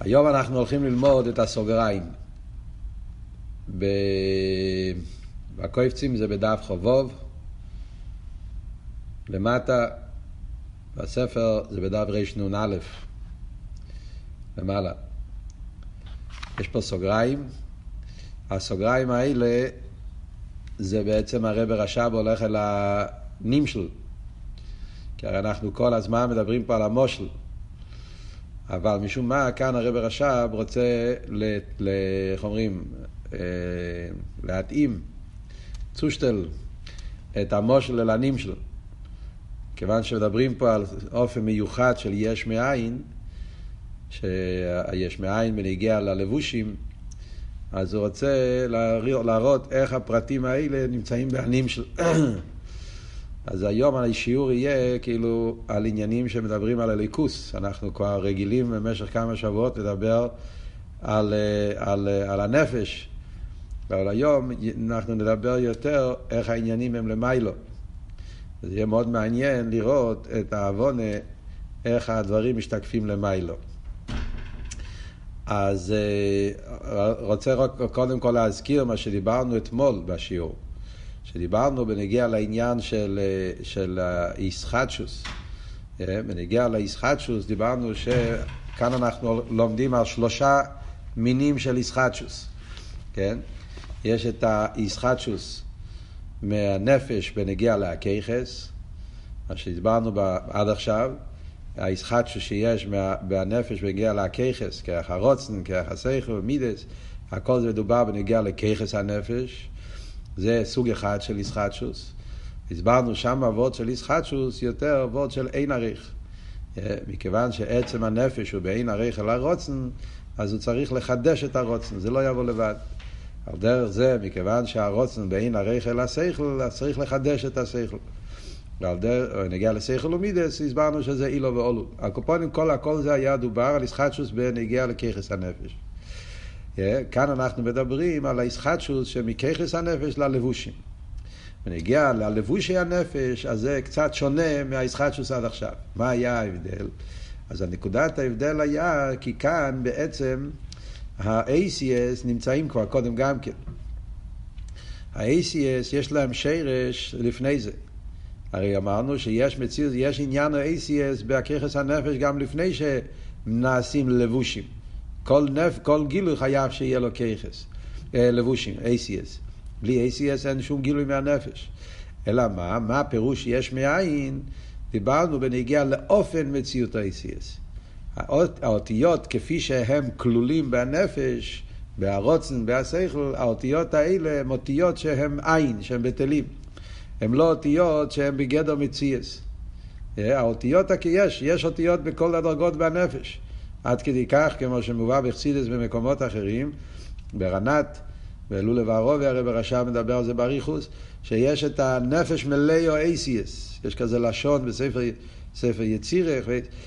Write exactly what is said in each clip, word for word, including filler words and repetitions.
היום אנחנו הולכים ללמוד את הסוגריים. בקויפצים זה בדף חובוב, למטה בספר זה בדף רשנון א', למעלה. יש פה סוגריים. הסוגריים האלה זה בעצם הרב רש"ב הולך אל הנמשל, כי הרי אנחנו כל הזמן מדברים פה על המושל, אבל משום מה כאן הרב רש"ב רוצה ל, ל, איך אומרים, אה, להתאים צושטל את המושל אל הנמשל, כיוון שמדברים פה על אופן מיוחד של יש מאין, שיש מאין בנגיע ללבושים, אז הוא רוצה להראות איך הפרטים האלה נמצאים בהנמשל. אז היום השיעור יהיה כאילו על עניינים שמדברים על הליכוס. אנחנו כבר רגילים במשך כמה שבועות לדבר על, על, על הנפש, אבל היום אנחנו נדבר יותר איך העניינים הם למיילו. זה יהיה מאוד מעניין לראות את העוונה, איך הדברים משתקפים למיילו. אז רוצה רק קודם כל להזכיר מה שדיברנו אתמול בשיעור, שדיברנו בנגיע לעניין של, של הישחטשוס. בנגיע לישחטשוס דיברנו שכאן אנחנו לומדים על שלושה מינים של ישחטשוס. כן? יש את הישחטשוס מהנפש בנגיע להכיחס, מה שדיברנו עד עכשיו, הישחטשוס שיש מהנפש בנגיע להכיחס, כרך הרוצן, כרך השכל, מידס, הכל זה מדובר בנגיע לכיחס הנפש. זה סוג אחד של ישחטשוס. הסברנו שם עבוד של ישחטשוס יותר עבוד של אין עריך. מכיוון שעצם הנפש הוא באין עריך אל הרוצן, אז הוא צריך לחדש את הרוצן, זה לא יבוא לבד. על דרך זה, מכיוון שהרוצן באין עריך אל השכל, אז צריך לחדש את השכל. ועל דרך, נגיע לשכל ומידס, הסברנו שזה אילו ואולו. הקופונים, כל הכל זה היה דובר על ישחטשוס בנגיע לכיחס הנפש. כאן אנחנו מדברים על הישחטשוס שמכיחס הנפש ללבושים. ונגיע ללבושי הנפש, אז זה קצת שונה מהישחטשוס עד עכשיו. מה היה ההבדל? אז הנקודת ההבדל היה, כי כאן בעצם ה-איי סי אס נמצאים כבר קודם גם כן. ה-איי סי אס יש להם שרש לפני זה. הרי אמרנו שיש מציאות, יש עניין ה-איי סי אס בהכיחס הנפש גם לפני שנעשים לבושים. כל נף, כל גילוי חייב שיהיה לו כיחס, אה, לבושים, איי סי אס. בלי איי סי אס אין שום גילוי מהנפש. אלא מה? מה הפירוש יש מאין? דיברנו בנגיע לאופן מציאות ה-איי סי אס. האות, האותיות כפי שהם כלולים בנפש, בהרוצן, בהשכל, האותיות האלה הם אותיות שהם עין, שהם בטלים. הם לא אותיות שהם בגדר מציאס. האותיות הכיש, יש אותיות בכל הדרגות בנפש. עד כדי כך, כמו שמובא בחסידות במקומות אחרים, ברנת, בלולב הערובי, הרי ברש"ב מדבר על זה בריחוס, שיש את הנפש מלאו איי סי אס. יש כזה לשון בספר ספר יצירך,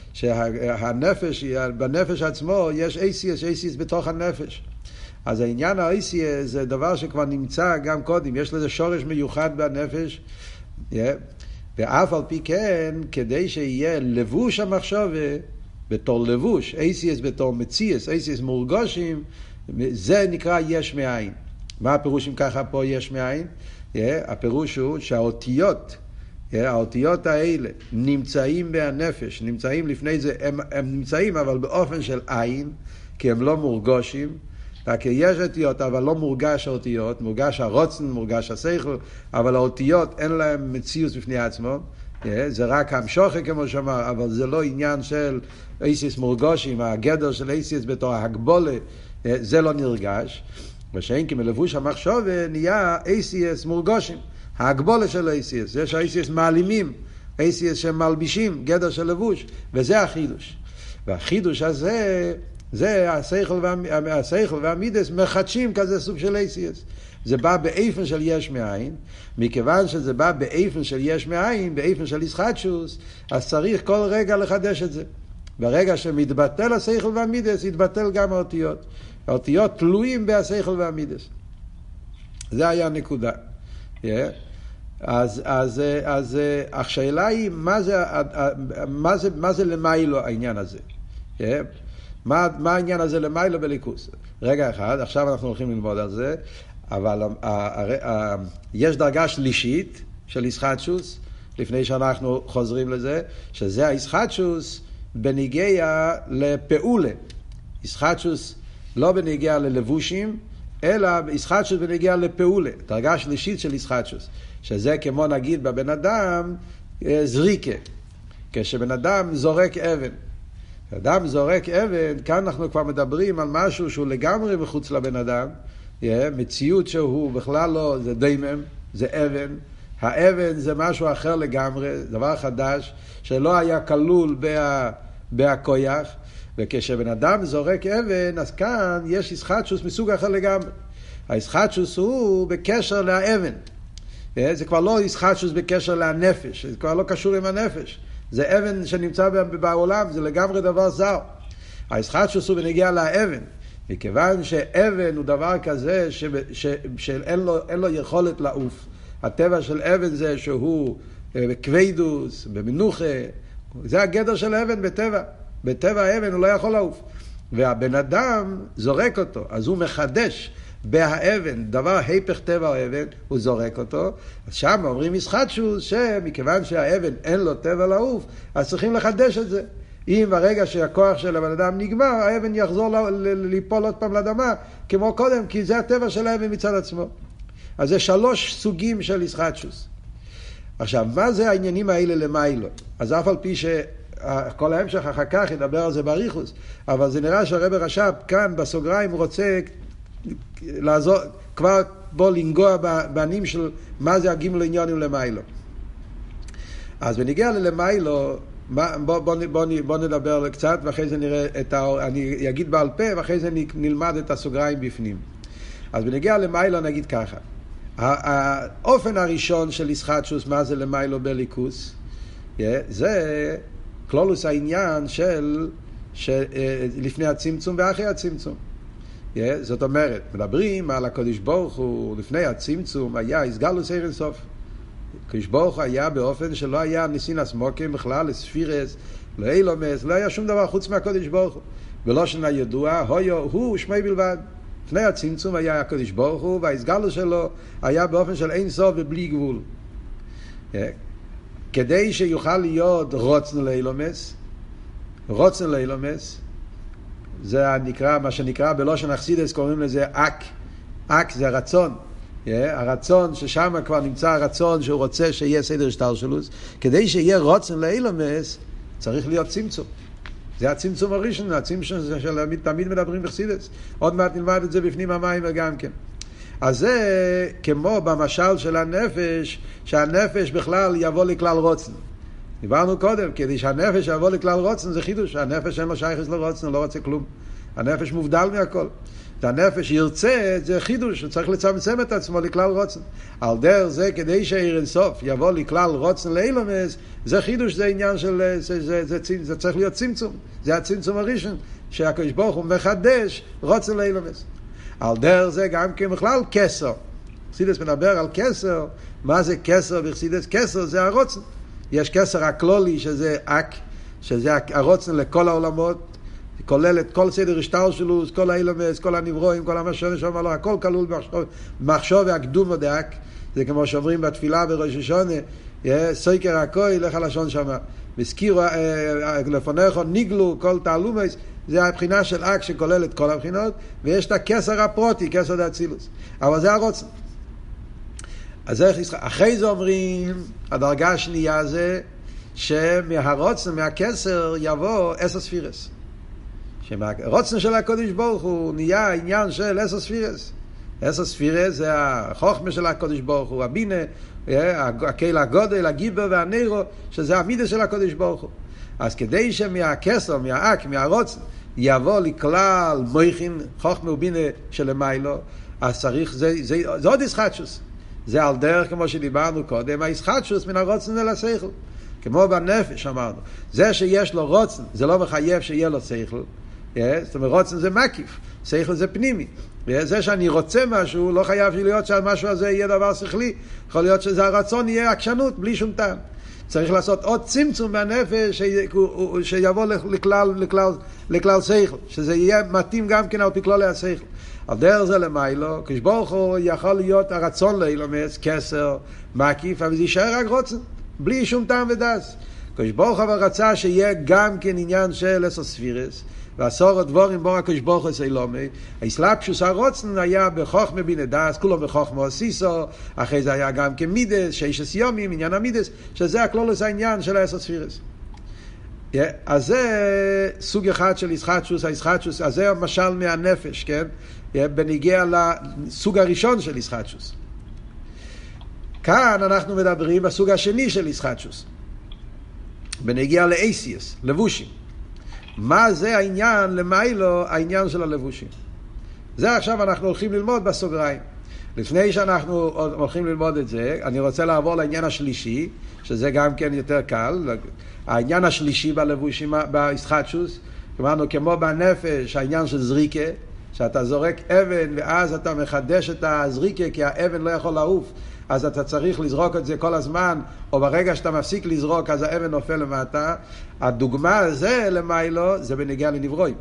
שהנפש, בנפש עצמו יש איי סי אס, איי סי אס בתוך הנפש. אז העניין ה-איי סי אס זה דבר שכבר נמצא גם קודם, יש לזה שורש מיוחד בנפש, yeah. ואף על פי כן, כדי שיהיה לבוש המחשבה, בתור לבוש, איי סי אס בתור מציאס, איי סי אס מורגושים, זה נקרא יש מאין. מה הפירוש אם ככה פה יש מאין? Yeah, הפירוש הוא שהאותיות, yeah, האותיות האלה נמצאים בנפש, נמצאים לפני זה, הם, הם נמצאים אבל באופן של עין, כי הם לא מורגושים, כי יש אותיות אבל לא מורגש האותיות, מורגש הרוצן, מורגש השכל, אבל האותיות אין להם מציאות בפני עצמו, זה רק המשוכה כמו שאמר, אבל זה לא עניין של איסיס מורגושים, הגדר של איסיס בתור ההגבולה, זה לא נרגש, ושאין כי מלבוש המחשבה נהיה איסיס מורגושים, ההגבולה של איסיס, יש איסיס מעלימים, איסיס שמלבישים, גדר של לבוש, וזה החידוש. והחידוש הזה, זה השכל, וה, השכל והמידס מחדשים כזה סוג של איי סי אס. זה בא באיפן של יש מאין, מכיוון שזה בא באיפן של יש מאין, באיפן של ישחטשוס, אז צריך כל רגע לחדש את זה. ברגע שמתבטל השכל והמידס, יתבטל גם האותיות. האותיות תלויים בהשכל והמידס. זה היה הנקודה. Yeah. אז, אז, אז, השאלה היא, מה זה, מה זה, מה זה למיילו העניין הזה? Yeah. מה, מה העניין הזה למיילו בליכוס? רגע אחד, עכשיו אנחנו הולכים ללמוד על זה, אבל ה, ה, ה, יש דרגה שלישית של ישחטשוס, לפני שאנחנו חוזרים לזה, שזה הישחטשוס בניגיה לפעולה. ישחטשוס לא בניגיה ללבושים, אלא ישחטשוס בניגיה לפעולה. דרגה שלישית של ישחטשוס, שזה כמו נגיד בבן אדם זריקה. כשבן אדם זורק אבן. אדם זורק אבן, כאן אנחנו כבר מדברים על משהו שהוא לגמרי מחוץ לבן אדם, מציאות שהוא בכלל לא, זה דיימם, זה אבן, האבן זה משהו אחר לגמרי, דבר חדש, שלא היה כלול בה, בהכויח, וכשבן אדם זורק אבן, אז כאן יש ישחטשוס מסוג אחר לגמרי. הישחטשוס הוא בקשר לאבן, זה כבר לא ישחטשוס בקשר לנפש, זה כבר לא קשור עם הנפש, זה אבן שנמצא בעולם, זה לגמרי דבר זר. הישחטשוס הוא בנגיע לאבן, מכיוון שאבן הוא דבר כזה ש, ש, שאין לו, אין לו יכולת לעוף. הטבע של אבן זה שהוא בכבדוס, במנוחה, זה הגדר של אבן בטבע. בטבע האבן הוא לא יכול לעוף. והבן אדם זורק אותו, אז הוא מחדש בהאבן, דבר היפך טבע האבן, הוא זורק אותו. אז שם אומרים ישחטשוס שמכיוון שהאבן אין לו טבע לעוף, אז צריכים לחדש את זה. אם ברגע שהכוח של הבן אדם נגמר, האבן יחזור ליפול עוד פעם לאדמה, כמו קודם, כי זה הטבע של האבן מצד עצמו. אז זה שלוש סוגים של ישחטשוס. עכשיו, מה זה העניינים האלה למיילו? אז אף על פי שכל ההמשך אחר כך ידבר על זה בריחוס, אבל זה נראה שהרב רש"ב כאן בסוגריים הוא רוצה לעזור, כבר בוא לנגוע בענים של מה זה הגימל עניונים למיילו. אז בניגיע למיילו, בוא, בוא, בוא, בוא נדבר קצת, ואחרי זה נראה את ה... אני אגיד בעל פה, ואחרי זה נלמד את הסוגריים בפנים. אז בניגיע למיילו נגיד ככה. האופן הראשון של ישחטשוס, מה זה למיילו בליכוס? זה כלולוס העניין של, של לפני הצמצום ואחרי הצמצום. זאת אומרת, מדברים על הקדוש ברוך הוא, לפני הצמצום היה הסגלוס אין סוף. הקדוש ברוך הוא היה באופן שלא היה ניסין סמוקים בכלל, ספירס, לא אילומס, לא היה שום דבר חוץ מהקדוש ברוך הוא. בלושן הידוע, הוא שמי בלבד. לפני הצמצום היה הקדוש ברוך הוא, וההסגלוס שלו היה באופן של אין סוף ובלי גבול. כדי שיוכל להיות רוצן לאילומס, רוצן לאילומס, זה נקרא, מה שנקרא בלושן אכסידס, קוראים לזה אק. אק זה רצון. הרצון ששם כבר נמצא הרצון שהוא רוצה שיהיה סדר השתלשלות. כדי שיהיה רוצן לאילומס, צריך להיות צמצום. זה הצמצום הראשון, הצמצום של תמיד מדברים בחסידות. עוד מעט נלמד את זה בפנים המים וגם כן. אז זה כמו במשל של הנפש, שהנפש בכלל יבוא לכלל רוצן. דיברנו קודם, כדי שהנפש יבוא לכלל רוצן זה חידוש. הנפש אין לו שייכות לרוצן, לא רוצה כלום. הנפש מובדל מהכל. הנפש ירצה, זה חידוש, הוא צריך לצמצם את עצמו לכלל רוצן. על דרך זה, כדי שהעיר אינסוף יבוא לכלל רוצן לאילומס, זה חידוש, זה עניין של, זה, זה, זה, זה, זה צריך להיות צמצום. זה הצמצום הראשון, שהקדוש ברוך הוא מחדש רוצן לאילומס. על דרך זה גם כמכלל כסר. חסידס מדבר על כסר, מה זה כסר בחסידס? כסר זה הרוצן. יש כסר הכלולי שזה אק, שזה הרוצן לכל העולמות, כולל את כל סדר השתלשלות, כל האילומס, כל הנברואים, כל המשנה שאומר לו, הכל כלול במחשוב והקדום ודאק. זה כמו שאומרים בתפילה בראש השונה, סויקר הכוי, לך לשון שמה. מזכירו לפניך, ניגלו, כל תעלומס, זה הבחינה של אק שכולל את כל הבחינות, ויש את הכסר הפרוטי, כסר דאצילוס. אבל זה הרוצן. אז אחרי זה אומרים, הדרגה השנייה זה, שמהרוצן, מהכסר, יבוא עשר ספירס. שהרוצן של הקודש ברוך הוא נהיה עניין של עשר ספירס. עשר ספירס זה החוכמה של הקודש ברוך הוא, הבינה, הקהל הגודל, הגיבר והנירו, שזה המידה של הקודש ברוך הוא. אז כדי שמהכסר, מהאק, מהרוצן, יבוא לכלל מויכין, חוכמה ובינה של מיילו, אז צריך, זה, זה, זה עוד ישחטשוס. זה על דרך, כמו שדיברנו קודם, הישחטשוס מן הרוצן אל השכל. כמו בנפש אמרנו. זה שיש לו רוצן, זה לא מחייב שיהיה לו שכל. זאת אומרת, רוצן זה מקיף, שכל זה פנימי. זה שאני רוצה משהו, לא חייב להיות שהמשהו הזה יהיה דבר שכלי. יכול להיות שזה הרצון יהיה עקשנות, בלי שום טעם. צריך לעשות עוד צמצום מהנפש שיבוא לכלל, לכלל, לכלל שכל, שזה יהיה מתאים גם כן על פי כללי השכל. על דרך זה למיילו, כשברוך הוא יכול להיות הרצון לאילומס, כסר, מקיף, אבל זה יישאר רק רוצן, בלי שום טעם ודס. כשברוך הוא רצה שיהיה גם כן עניין של עשר ספירס, ועשור הדבורים בור כשברוך הוא אילומי, האסלאפשוס הרוצן היה בחוכמה בינה דס, כולו בחוכמה עשיסו, אחרי זה היה גם כמידס, שישס יומים, עניין המידס, שזה הכלולוס העניין של העשר ספירס. Yeah, אז זה סוג אחד של ישחטשוס, הישחטשוס, אז זה משל מהנפש, כן? Yeah, בניגיע לסוג הראשון של ישחטשוס. כאן אנחנו מדברים בסוג השני של ישחטשוס. בניגיע לאייסיאס, לבושים. מה זה העניין למיילו, העניין של הלבושים? זה עכשיו אנחנו הולכים ללמוד בסוגריים. לפני שאנחנו הולכים ללמוד את זה, אני רוצה לעבור לעניין השלישי, שזה גם כן יותר קל. העניין השלישי בלבושים, בישחטשוס, כלומר, כמו בנפש, העניין של זריקה, שאתה זורק אבן ואז אתה מחדש את הזריקה, כי האבן לא יכול לעוף, אז אתה צריך לזרוק את זה כל הזמן, או ברגע שאתה מפסיק לזרוק, אז האבן נופל למטה. הדוגמה הזה למיילו, זה בנגיע לנברואים.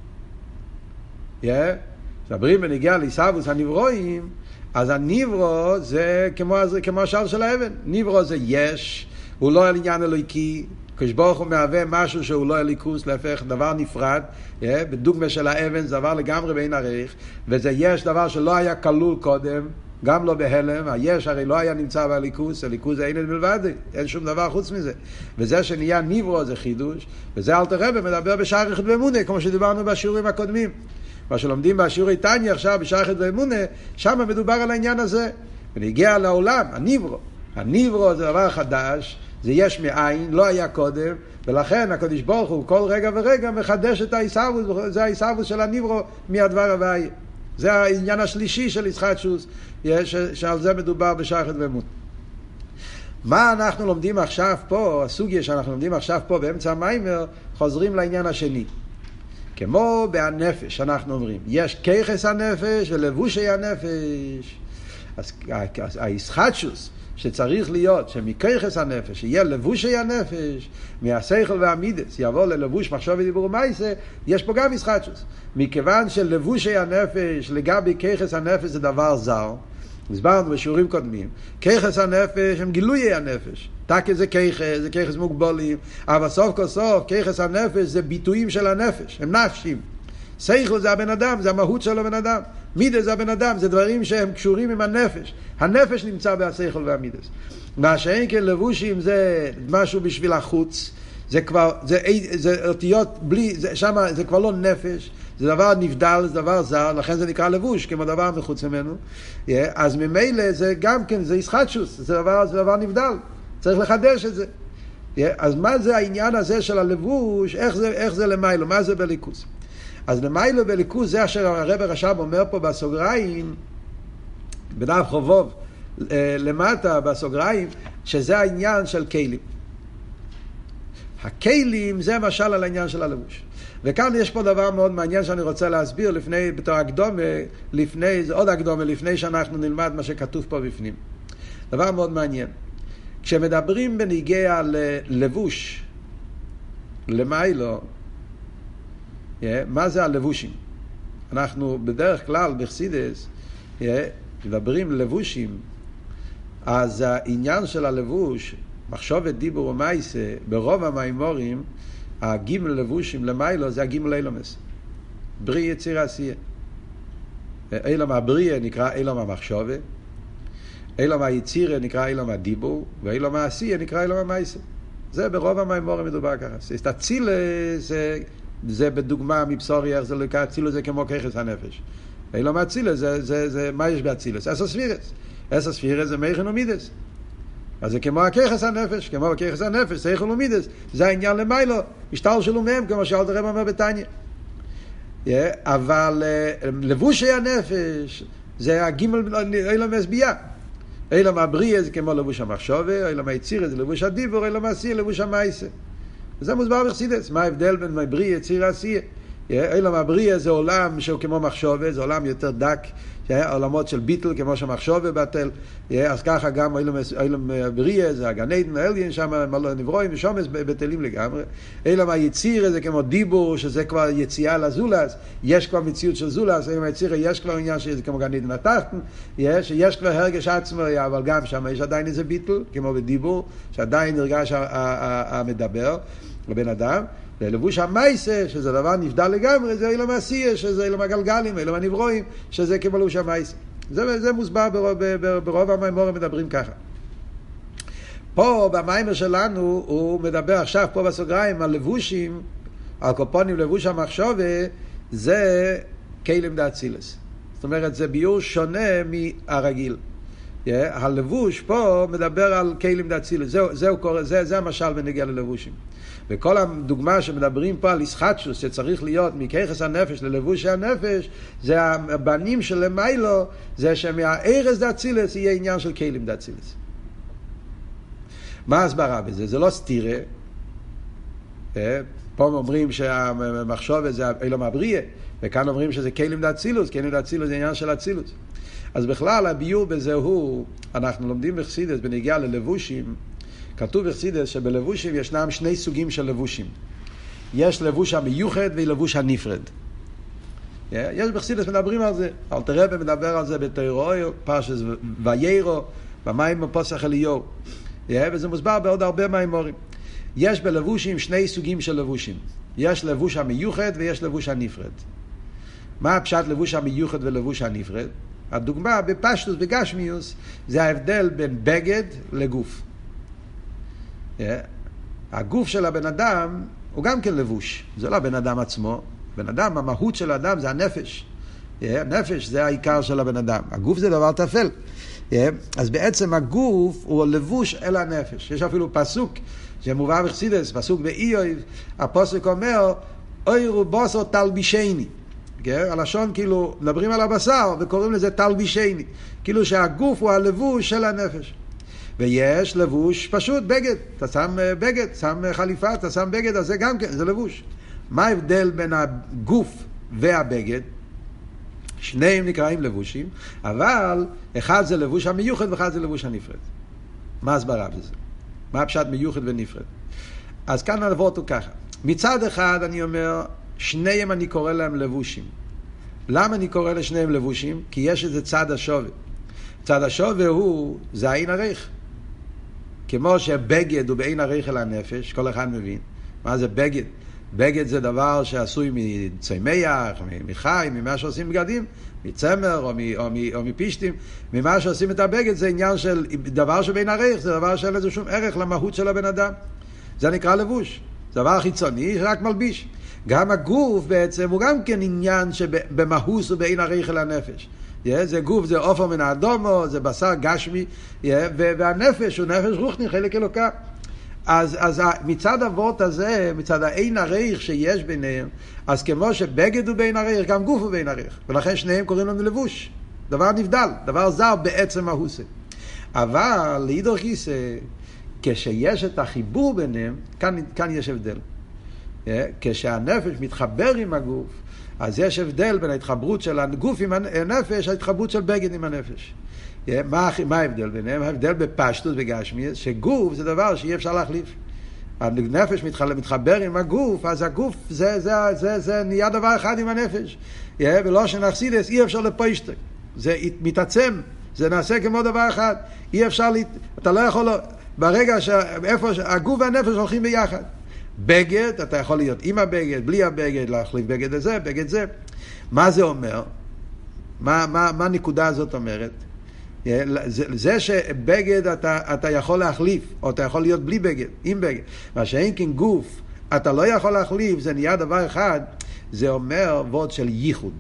מדברים בנגיע לעיסאוויס הנברואים, אז הנברו זה כמו, כמו השאר של האבן. נברו זה יש, הוא לא על עניין אלוהיקי, כשברוך הוא מהווה משהו שהוא לא אליקוס, להפך דבר נפרד, בדוגמה של האבן זה דבר לגמרי בין ערך, וזה יש דבר שלא היה כלול קודם, גם לא בהלם, היש הרי לא היה נמצא באליקוס, אליקוס זה אין מלבד, אין שום דבר חוץ מזה. וזה שנהיה נברו זה חידוש, וזה אלתר רבי מדבר בשער יחיד ואמונה, כמו שדיברנו בשיעורים הקודמים. מה שלומדים בשיעורי תניא עכשיו בשער יחיד ואמונה, שם מדובר על העניין הזה. ונגיע לעולם, הנברו. הנברו זה דבר חדש, זה יש מאין, לא היה קודם, ולכן הקדוש ברוך הוא כל רגע ורגע מחדש את הישאבוס, זה הישאבוס של הנברו מהדבר הבאי. זה העניין השלישי של ישחטשוס, שעל זה מדובר בשער יחיד ואמונה. מה אנחנו לומדים עכשיו פה, הסוגיה שאנחנו לומדים עכשיו פה באמצע המיימר, חוזרים לעניין השני. כמו בהנפש, אנחנו אומרים, יש כיחס הנפש ולבושי הנפש. אז הישחטשוס שצריך להיות, שמכיחס הנפש יהיה לבושי הנפש, מהשכל והמידס יבוא ללבוש מחשוב ודיבור ומעשה, יש פה גם ישחטשוס. מכיוון שלבושי הנפש לגבי כיחס הנפש זה דבר זר, הסברנו בשיעורים קודמים, כיחס הנפש הם גילויי הנפש, תקי זה כיחס, זה כיחס מוגבולים, אבל סוף כל סוף כיחס הנפש זה ביטויים של הנפש, הם נפשים. שכל זה הבן אדם, זה המהות של הבן אדם. מידס זה הבן אדם, זה דברים שהם קשורים עם הנפש. הנפש נמצא בהשכל והמידס. מה שאין כן לבושים זה משהו בשביל החוץ, זה כבר, זה, זה אותיות בלי, זה, שמה, זה כבר לא נפש, זה דבר נבדל, זה דבר זר, לכן זה נקרא לבוש, כמו דבר מחוץ ממנו. Yeah, אז ממילא זה גם כן, זה ישחטשוס, זה דבר, זה דבר נבדל, צריך לחדש את זה. Yeah, אז מה זה העניין הזה של הלבוש, איך זה, איך זה למיילו, מה זה בליכוס? אז למיילו בליכוס זה אשר הרב רש"ב אומר פה בסוגריים, בדף חובוב, למטה בסוגריים, שזה העניין של כלים. הכלים זה משל על העניין של הלבוש. וכאן יש פה דבר מאוד מעניין שאני רוצה להסביר לפני, בתור הקדומה, לפני, זה עוד הקדומה, לפני שאנחנו נלמד מה שכתוב פה בפנים. דבר מאוד מעניין. כשמדברים בניגיע ללבוש, למיילו, Yeah, מה זה הלבושים? אנחנו בדרך כלל בחסידות yeah, מדברים לבושים, אז העניין של הלבוש, מחשבת דיבור ומעשה, ברוב המיימורים, הגימל לבושים למיילו זה הגימל אילומס. בריא יציר עשייה. אילום הבריא נקרא אילום המחשבת, אילום היציר נקרא אילום הדיבור, ואילום העשייה נקרא אילום המעשה. זה ברוב המיימורים מדובר ככה. את הצילה זה... זה בדוגמה מבשורי, איך זה לוקח, צילו זה כמו כיחס הנפש. אילו מה צילו, זה, זה, זה, מה יש בהצילס? עשר ספירס. עשר ספירס זה מייכן ומידס. אז זה כמו הכיחס הנפש, כמו הכיחס הנפש, זה מייכן ומידס. זה העניין למיילו, משטר שלו מהם, כמו שאלת הרב אומר בתניא. Yeah, אבל לבושי הנפש, זה הגימל, אילו מסבייה. אילו מהבריא זה כמו לבוש המחשבה, אילו מהיציר זה לבוש הדיבור, אילו מעשי לבוש המעשה. זה מוסבר בחסידות. מה ההבדל בין מבריא יציר עשייה? אילום הבריא זה עולם שהוא כמו מחשבה, זה עולם יותר דק, עולמות של ביטל, כמו שמחשוב ובטל, אז ככה גם אילם בריא, זה הגן עדן, האליין, שם נברואים ושומס בטלים לגמרי. אילם היציר, זה כמו דיבור, שזה כבר יציאה לזולס, יש כבר מציאות של זולס, אילם היציר, יש כבר עניין שזה כמו גן עדן התחתן, יש, יש כבר הרגש עצמו, אבל גם שם יש עדיין איזה ביטל, כמו בדיבור, שעדיין נרגש המדבר, לבן אדם, ולבוש המייסה, שזה דבר נבדל לגמרי, זה אילם העשייה, שזה אילם הגלגלים, אילם הנברואים, שזה כמו לבוש המייסה. זה, זה מוסבר ברוב, ברוב המיימורים מדברים ככה. פה במיימר שלנו הוא מדבר עכשיו פה בסוגריים על לבושים, על קופונים לבוש המחשבה, זה כלים דאצילס. זאת אומרת, זה ביור שונה מהרגיל. Yeah, הלבוש פה מדבר על כלים דאצילס. זה, זה, זה, זה המשל בנגיע ללבושים. וכל הדוגמה שמדברים פה על ישחטשוס, שצריך להיות מכיחס הנפש ללבוש הנפש, זה הבנים של למיילו, זה שמהארז דאצילס יהיה עניין של כלים דאצילס. מה הסברה בזה? זה לא סתירה. פה אומרים שהמחשוב זה אילום הבריא, וכאן אומרים שזה כלים דאצילוס, כלים דאצילוס זה עניין של אצילוס. אז בכלל הביור בזה הוא, אנחנו לומדים בחסידות בנגיעה ללבושים, כתוב בחסידות שבלבושים ישנם שני סוגים של לבושים. יש לבוש המיוחד ולבוש הנפרד. יש בחסידות מדברים על זה, אלתר רבי מדבר על זה בתורה, פרשת ויירו, במים בפסח אליהו. וזה מוסבר בעוד הרבה מימורים. יש בלבושים שני סוגים של לבושים. יש לבוש המיוחד ויש לבוש הנפרד. מה הפשט לבוש המיוחד ולבוש הנפרד? הדוגמה בפשטוס וגשמיוס זה ההבדל בין בגד לגוף. Yeah. הגוף של הבן אדם הוא גם כן לבוש, זה לא הבן אדם עצמו. בן אדם, המהות של האדם זה הנפש. Yeah. נפש זה העיקר של הבן אדם, הגוף זה דבר תפל. Yeah. אז בעצם הגוף הוא לבוש אל הנפש. יש אפילו פסוק שמובא בחסידות, פסוק באיוב, הפסוק אומר אוירו בוסו תלבישני. הלשון כאילו מדברים על הבשר וקוראים לזה תלבישני, כאילו שהגוף הוא הלבוש של הנפש. ויש לבוש פשוט בגד, אתה שם בגד, שם חליפה, אתה שם בגד, אז זה גם כן, זה לבוש. מה ההבדל בין הגוף והבגד? שניהם נקראים לבושים, אבל אחד זה לבוש המיוחד ואחד זה לבוש הנפרד. מה הסברה בזה? מה הפשט מיוחד ונפרד? אז כאן נעבור אותו ככה. מצד אחד אני אומר, שניהם אני קורא להם לבושים. למה אני קורא לשניהם לבושים? כי יש איזה צד השווה. צד השווה הוא, זה העין הריך. כמו שבגד הוא בעין הריך אל הנפש, כל אחד מבין. מה זה בגד? בגד זה דבר שעשוי מצמח, מחי, ממה שעושים בגדים, מצמר או, מ, או, מ, או מפישטים. ממה שעושים את הבגד זה עניין של דבר שבעין הריך, זה דבר שאין לזה שום ערך למהות של הבן אדם. זה נקרא לבוש. זה דבר חיצוני, רק מלביש. גם הגוף בעצם הוא גם כן עניין שבמהוס ובעין הריך אל הנפש. Yeah, זה גוף, זה אופר מן האדומו, זה בשר גשמי, yeah, והנפש הוא נפש רוחני, חלק אלוקה. אז, אז מצד אבות הזה, מצד העין הריך שיש ביניהם, אז כמו שבגד הוא בעין הריך, גם גוף הוא בעין הריך. ולכן שניהם קוראים לנו לבוש. דבר נבדל, דבר זר בעצם מהוסה. אבל להידור כיסא, כשיש את החיבור ביניהם, כאן, כאן יש הבדל. Yeah, כשהנפש מתחבר עם הגוף, אז יש הבדל בין ההתחברות של הגוף עם הנפש, ההתחברות של בגד עם הנפש. Yeah, מה, מה ההבדל ביניהם? ההבדל בפשטוס וגשמיאס, שגוף זה דבר שאי אפשר להחליף. הנפש מתחבר עם הגוף, אז הגוף זה, זה, זה, זה נהיה דבר אחד עם הנפש. Yeah, ולא שנחסידס, אי אפשר לפשט. זה מתעצם, זה נעשה כמו דבר אחד. אי אפשר, לה... אתה לא יכול, ברגע שאיפה הגוף והנפש הולכים ביחד. בגד, אתה יכול להיות עם הבגד, בלי הבגד, להחליף בגד הזה, בגד זה. מה זה אומר? מה, מה, מה הנקודה הזאת אומרת? זה, זה שבגד אתה, אתה יכול להחליף, או אתה יכול להיות בלי בגד, עם בגד. מה שאין כן גוף, אתה לא יכול להחליף, זה נהיה דבר אחד, זה אומר וורד של ייחוד.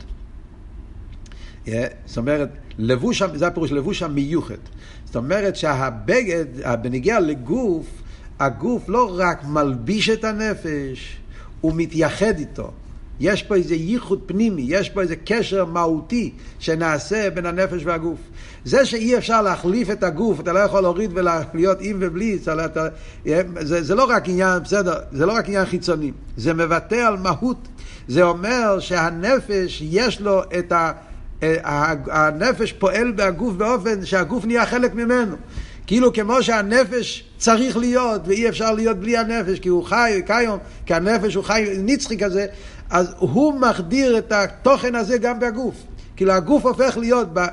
זאת אומרת, לבוש, זה הפירוש לבוש המיוחד. זאת אומרת שהבגד, בנגיע לגוף, הגוף לא רק מלביש את הנפש, הוא מתייחד איתו. יש פה איזה ייחוד פנימי, יש פה איזה קשר מהותי שנעשה בין הנפש והגוף. זה שאי אפשר להחליף את הגוף, אתה לא יכול להוריד ולהיות עם ובלי, אתה, זה, זה לא רק עניין, בסדר, זה לא רק עניין חיצוני, זה מבטא על מהות. זה אומר שהנפש יש לו את, ה, הנפש פועל בגוף באופן שהגוף נהיה חלק ממנו. כאילו כמו שהנפש צריך להיות, ואי אפשר להיות בלי הנפש, כי הוא חי, כיום, כי הנפש הוא חי נצחי כזה, אז הוא מחדיר את התוכן הזה גם בגוף. כאילו הגוף הופך להיות ב...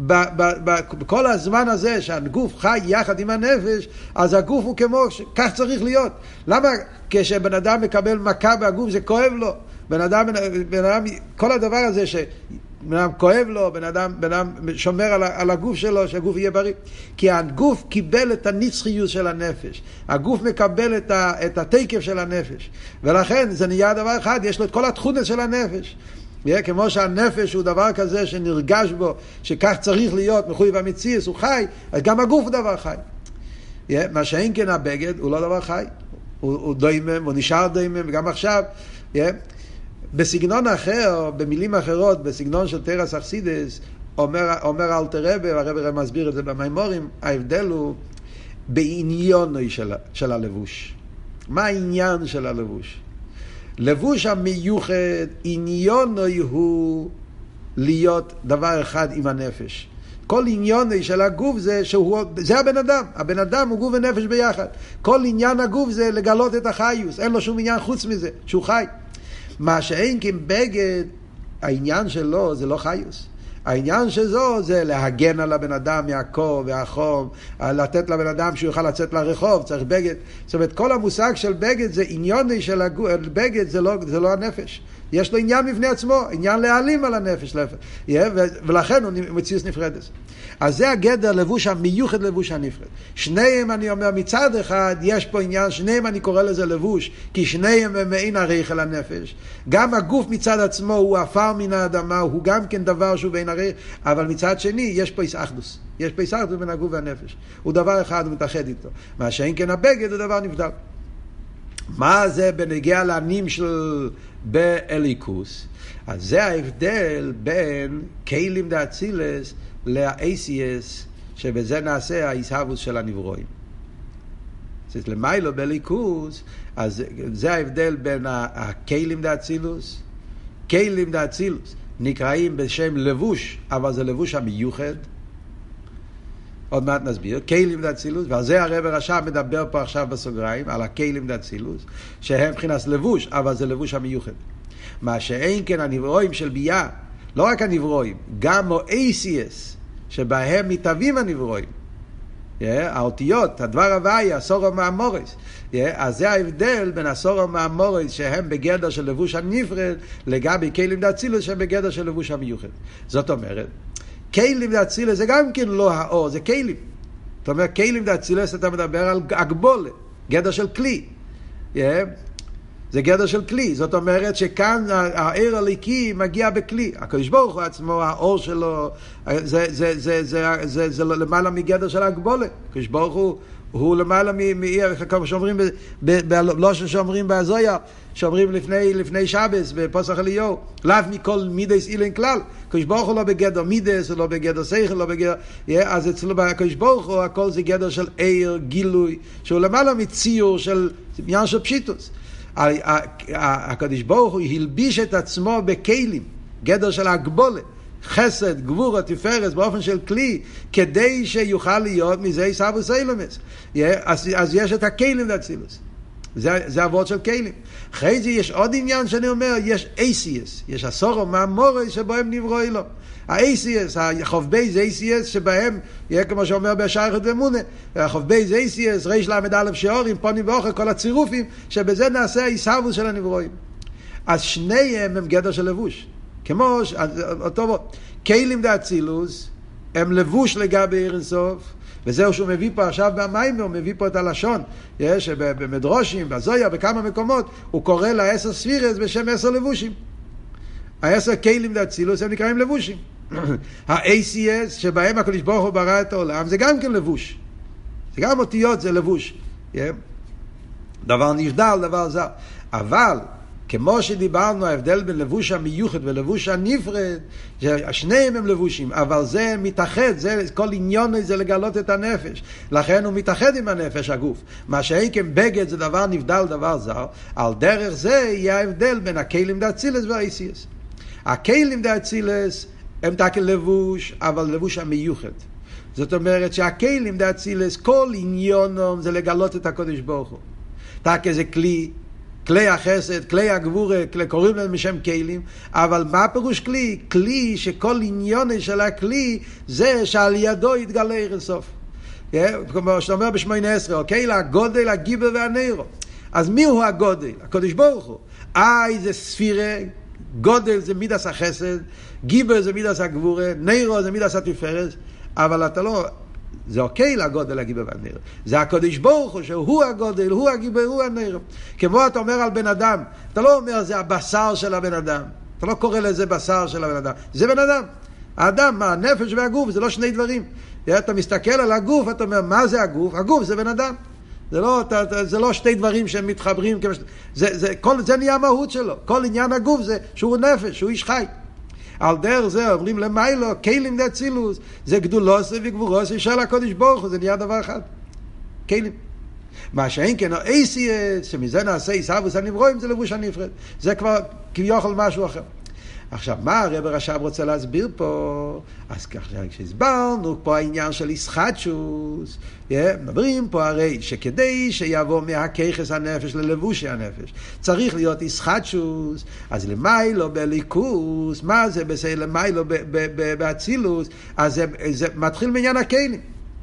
בכל הזמן הזה שהגוף חי יחד עם הנפש, אז הגוף הוא כמו, כך צריך להיות. למה כשבן אדם מקבל מכה בגוף זה כואב לו? בן אדם, בן אדם, כל הדבר הזה שבן אדם כואב לו, בן אדם, בן אדם שומר על, על הגוף שלו, שהגוף יהיה בריא. כי הגוף קיבל את הנצחיות של הנפש. הגוף מקבל את, ה, את התקף של הנפש. ולכן זה נהיה דבר אחד, יש לו את כל התכונות של הנפש. Yeah, כמו שהנפש הוא דבר כזה שנרגש בו, שכך צריך להיות, מחויב המציאות, הוא חי, אז גם הגוף הוא דבר חי. Yeah, מה שאין כן הבגד הוא לא דבר חי, הוא, הוא דוימם, הוא נשאר דוימם, וגם עכשיו, yeah, בסגנון אחר, במילים אחרות, בסגנון של תרס אכסידס, אומר, אומר אלתר רבי, והרבי מסביר את זה במיימורים, ההבדל הוא בעניון של, של הלבוש. מה העניין של הלבוש? לבוש המיוחד, עניון הוא להיות דבר אחד עם הנפש. כל עניון של הגוף זה שהוא, זה הבן אדם. הבן אדם הוא גוף ונפש ביחד. כל עניין הגוף זה לגלות את החיוס. אין לו שום עניין חוץ מזה, שהוא חי. מה שאין כבגד, העניין שלו זה לא חיוס. העניין שזו זה להגן על הבן אדם מהקור והחום, לתת לבן אדם שהוא יוכל לצאת לרחוב, צריך בגד. זאת אומרת, כל המושג של בגד זה עניוני של הגוף, בגד זה לא, זה לא הנפש. יש לו עניין בפני עצמו, עניין להעלים על הנפש, ולכן הוא מציאות נפרדת. אז זה הגדר לבוש המיוחד, לבוש הנפרד. שניהם אני אומר מצד אחד, יש פה עניין, שניהם אני קורא לזה לבוש, כי שניהם הם מעין הרייך הנפש. גם הגוף מצד עצמו הוא עפר מן האדמה, הוא גם כן דבר שהוא בין הרייך, אבל מצד שני יש פה איסאחדוס. יש פה איסאחדוס בין הגוף והנפש. הוא דבר אחד, הוא מתאחד איתו. מה שאין כן הבגד הוא דבר נבדל. מה זה בנגיע לענים של באליקוס? אז זה ההבדל בין כלים דאצילס ל-איי סי אס, שבזה נעשה ההישאבוס של הנברואים. זאת למיילו באליקוס, אז זה ההבדל בין הכלים דאצילוס. כלים דאצילוס נקראים בשם לבוש, אבל זה לבוש המיוחד. עוד מעט נסביר, כלים דאצילוס, ועל זה הרב הרש"ב מדבר פה עכשיו בסוגריים, על הכלים דאצילוס, שהם מבחינת לבוש, אבל זה לבוש המיוחד. מה שאין כן הנברואים של ביאה, לא רק הנברואים, גם ה-איי סי אס, שבהם מתהווים הנברואים. Yeah, האותיות, הדבר הוויה, הסורו מהמורס. Yeah, אז זה ההבדל בין הסורו מהמורס, שהם בגדר של לבוש הנפרד, לגבי כלים דאצילוס, שהם בגדר של לבוש המיוחד. זאת אומרת, כלים דאצילוס זה גם כן לא האור, זה כלים. זאת אומרת, כלים דאצילוס אתה מדבר על הגבולה, גדר של כלי. Yeah. זה גדר של כלי. זאת אומרת שכאן העיר הליקי מגיע בכלי. הקדוש ברוך הוא עצמו, האור שלו, זה, זה, זה, זה, זה, זה, זה למעלה מגדר של הגבולה. הקדוש ברוך הוא, הוא למעלה מעיר, כמו שאומרים, לא שאומרים בהזויה, שאומרים לפני, לפני שבס, בפוסח אליהו, לאו מכל מידס אילן כלל. הקדוש ברוך הוא לא בגדר מידס, הוא לא בגדר שכל, לא בגדר, אז אצלו הקדוש ברוך הוא, הכל זה גדר של עיר, גילוי, שהוא למעלה מציור של עניין של פשיטוס. הקדוש ברוך הוא הלביש את עצמו בכלים, גדר של הגבולה, חסד, גבורה, תפארת, באופן של כלי, כדי שיוכל להיות מזה סבוס אילומס. אז, אז יש את הכלים דאצילוס. זה, זה עבוד של כלים. אחרי זה יש עוד עניין שאני אומר, יש איי סי אס, יש הסורו מהמורס שבו הם נברו אילו. ה-איי סי אס, החובבי זה איי סי אס שבהם, יהיה כמו שאומר בשייכות ומונה, החובבי זה איי סי אס, ריש למד א' שיעורים, פונים ואוכל, כל הצירופים, שבזה נעשה ההישרדות של הנברואים. אז שניהם הם גדר של לבוש. כמו, אותו, כלים דאצילוס, הם לבוש לגבי עיר אינסוף, וזהו שהוא מביא פה עכשיו במים, הוא מביא פה את הלשון, יש במדרושים, בזויה, בכמה מקומות, הוא קורא לעשר ספירס בשם עשר לבושים. העשר כלים דאצילוס הם נקראים לבושים. ה-איי סי אס שבהם הקדוש ברוך הוא ברא את העולם, זה גם כן לבוש. זה גם אותיות, זה לבוש. דבר נבדל, דבר זר. אבל, כמו שדיברנו, ההבדל בין לבוש המיוחד ולבוש הנפרד, שניהם הם לבושים, אבל זה מתאחד, זה, כל עניון זה לגלות את הנפש. לכן הוא מתאחד עם הנפש, הגוף. מה שאיכם בגד זה דבר נבדל, דבר זר, על דרך זה יהיה ההבדל בין הכלים דאצילס וה-איי סי אס. הכלים דאצילס הם תקל לבוש, אבל לבוש המיוחד. זאת אומרת שהכלים דאצילס, כל עניונם זה לגלות את הקודש ברוך הוא. תקל זה כלי, כלי החסד, כלי הגבורה, קוראים להם משם כלים, אבל מה פירוש כלי? כלי שכל עניון של הכלי זה שעל ידו יתגלה עיר סוף. כמו שאתה אומר בשמונה עשרה, אוקיי? הגודל, הגיבר והנרו. אז מי הוא הגודל? הקודש ברוך הוא. איי זה ספירה, גודל זה מידס החסד, גיבר זה מידס הגבורה, נרו זה מידס התפארת, אבל אתה לא... זה אוקיי לגודל הגיבר והנרו. זה הקודש ברוך הוא, שהוא הגודל, הוא הגיבר, הוא הנרו. כמו אתה אומר על בן אדם, אתה לא אומר זה הבשר של הבן אדם. אתה לא קורא לזה בשר של הבן אדם. זה בן אדם. האדם, מה, הנפש והגוף, זה לא שני דברים. אתה מסתכל על הגוף, אתה אומר, מה זה הגוף? הגוף זה בן אדם. זה לא, זה לא שתי דברים שהם מתחברים. זה, זה, כל, זה נהיה המהות שלו. כל עניין הגוף זה שהוא נפש, שהוא איש חי. על דרך זה אומרים למיילו, כלים דאצילוס, זה גדולוסי וגבורוסי של הקודש ברוך הוא, זה נהיה דבר אחד. כלים. מה שאין כן, אייסיאס, שמזה נעשה עיסאוויס הנברואים, זה לבוש הנפרד. זה כבר כביכול משהו אחר. עכשיו, מה הרב רש"ב רוצה להסביר פה? אז ככה, כשהסברנו פה העניין של ישחטשוס, מדברים פה הרי שכדי שיבוא מהכיחס הנפש ללבושי הנפש, צריך להיות ישחטשוס, אז למיילו בליכוס, מה זה בסדר למיילו באצילוס? אז זה, זה מתחיל מעניין הכלים.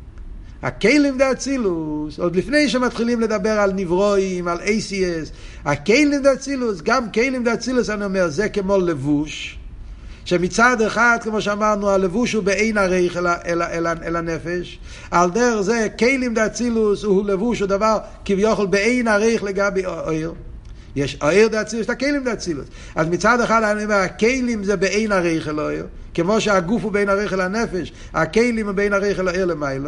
הכלים דאצילוס, עוד לפני שמתחילים לדבר על נברואים, על איי סי אס, הכלים דאצילוס, גם כלים דאצילוס אני אומר, זה כמו לבוש, שמצד אחד, כמו שאמרנו, הלבוש הוא בעין הריח אל, אל, אל, אל הנפש, על דרך זה, כלים דאצילוס הוא לבוש, הוא דבר כביכול בעין הריח לגבי אויר, יש אויר דאצילוס, את הכלים דאצילוס, אז מצד אחד אני אומר, הכלים זה בעין הריח אל אויר, כמו שהגוף הוא בין הריח אל הנפש, הכלים הוא בין הריח אל האיר למיילו,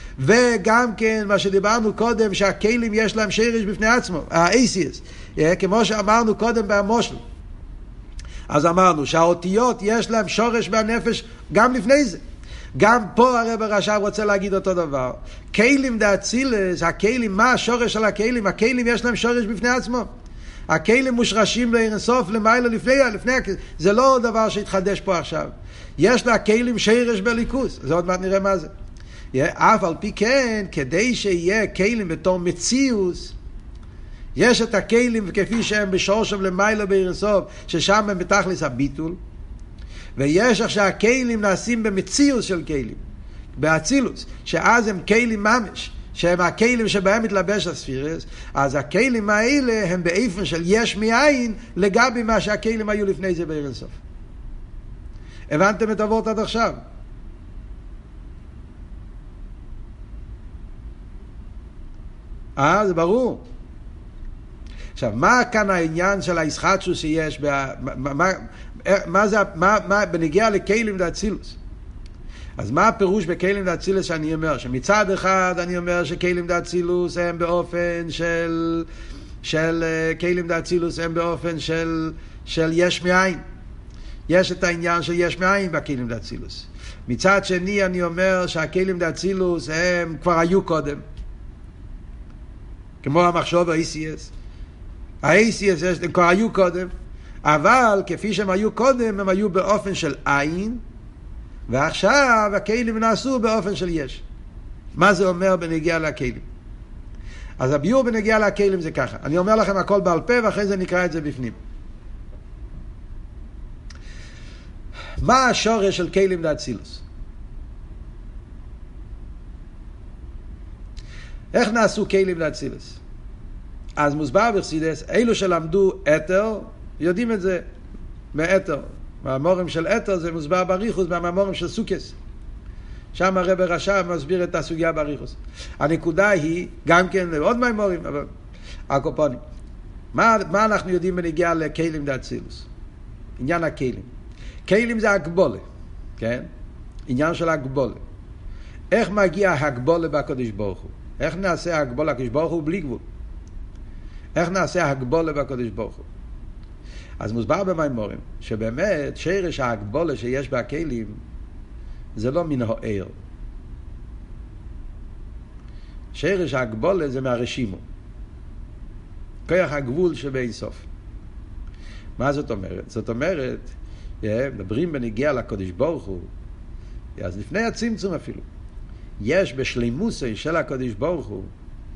וגם כן מה שדיברנו קודם, שהכלים יש להם שרש בפני עצמו, ה-איי סי אס, כמו שאמרנו קודם במושל. אז אמרנו שהאותיות יש להם שורש בנפש גם לפני זה. גם פה הרב רש"ב רוצה להגיד אותו דבר. כלים דאצילס, הכלים, מה השורש של הכלים? הכלים יש להם שורש בפני עצמו. הכלים מושרשים לאין סוף למיילו לפני, לפני, זה לא דבר שהתחדש פה עכשיו. יש לה כלים שרש בליכוס, זה עוד מעט נראה מה זה. אף על פי כן, כדי שיהיה כלים בתור מציאוס, יש את הכלים כפי שהם בשורשם למיילו באירסוף, ששם הם בתכלס הביטול, ויש איך שהכלים נעשים במציאוס של כלים, באצילוס, שאז הם כלים ממש, שהם הכלים שבהם מתלבש הספירס, אז הכלים האלה הם באיפן של יש מאין לגבי מה שהכלים היו לפני זה באירסוף. הבנתם את עבורת עד עכשיו? אה, זה ברור. עכשיו, מה כאן העניין של הישחטשוס שיש, בה, מה, מה, מה זה, מה, מה, בנגיע לכלים דאצילוס? אז מה הפירוש בכלים דאצילוס שאני אומר? שמצד אחד אני אומר שכלים דאצילוס הם באופן של, של, כלים דאצילוס הם באופן של, של יש מאין. יש את העניין של יש מאין בכלים דאצילוס. מצד שני אני אומר שהכלים דאצילוס הם כבר היו קודם. כמו המחשוב ה-איי סי אס. ה-איי סי אס הם כבר היו קודם, אבל כפי שהם היו קודם, הם היו באופן של עין, ועכשיו הכלים נעשו באופן של יש. מה זה אומר בנגיע לכלים? אז הביור בנגיע לכלים זה ככה. אני אומר לכם הכל בעל פה, ואחרי זה נקרא את זה בפנים. מה השורש של כלים דאצילוס? איך נעשו כלים דאצילוס? אז מוסבר בחסידות, אלו שלמדו אתר, יודעים את זה מאתר. מהמורים של אתר זה מוסבר בריחוס, מהמורים של סוכס. שם הרב רש"ב מסביר את הסוגיה בריחוס. הנקודה היא, גם כן עוד מהמורים, אבל הקופונים. מה, מה אנחנו יודעים בנגיעה לכלים דאצילוס? עניין הכלים. כלים זה הגבולה, כן? עניין של הגבולה. איך מגיע הגבולה בקדוש ברוך הוא? איך נעשה הגבולה בקדוש ברוך הוא בלי גבול? איך נעשה הגבולה בקדוש ברוך הוא? אז מוסבר במימורים שבאמת שרש ההגבולה שיש בכלים זה לא מן העיר. שרש ההגבולה זה מהרשימו. כוח הגבול שבין סוף. מה זאת אומרת? זאת אומרת מדברים בנגיע לקודש ברוך הוא, אז לפני הצמצום אפילו, יש בשלימוסי של הקודש ברוך הוא,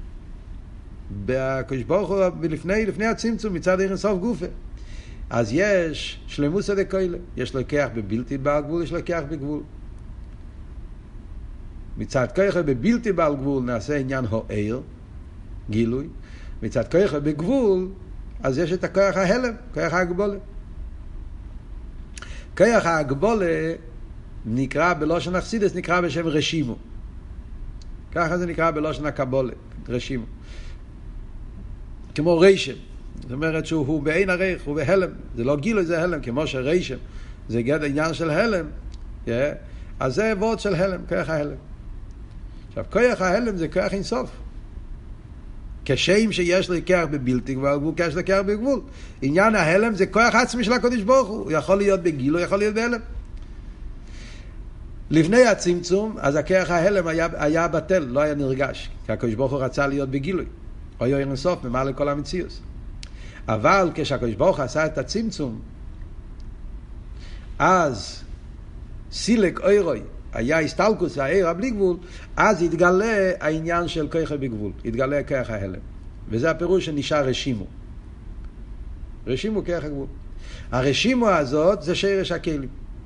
בקודש ברוך הוא לפני, לפני הצמצום מצד עיר אינסוף גופה, אז יש שלימוסי דקוילה, יש לוקח בבלתי בעל גבול, יש לוקח בגבול. מצד כוחה בבלתי בעל גבול נעשה עניין הוער, גילוי, מצד כוחה בגבול, אז יש את הכוח ההלם, כוח ההגבולה. כוח ההגבולה נקרא בלושן החסידות, נקרא בשם רשימו. ככה זה נקרא בלושן הקבולה, רשימו. כמו רשם, זאת אומרת שהוא בעין ערך, הוא בהלם, זה לא גילוי, זה הלם, כמו שרשם, זה גד עניין של הלם, yeah. אז זה וורד של הלם, כוח ההלם. עכשיו, כוח ההלם זה כוח אינסוף. כשם שיש לקח בבלתי גבול, הוא כשם לקח בגבול. עניין ההלם זה כוח עצמי של הקודש ברוך הוא. הוא יכול להיות בגיל, הוא יכול להיות בהלם. לפני הצמצום, אז הכוח ההלם היה, היה בטל, לא היה נרגש. כי הקודש ברוך הוא רצה להיות בגילוי. או יהיה אינסוף, ממעל לכל המציאות. אבל כשהקודש ברוך הוא עשה את הצמצום, אז סילק אוירוי, היה הסתלקוס, העיר בלי גבול, אז התגלה העניין של כוח בגבול, התגלה כוח ההלם. וזה הפירוש שנשאר רשימו. רשימו כוח הגבול. הרשימו הזאת זה שרש הכלים.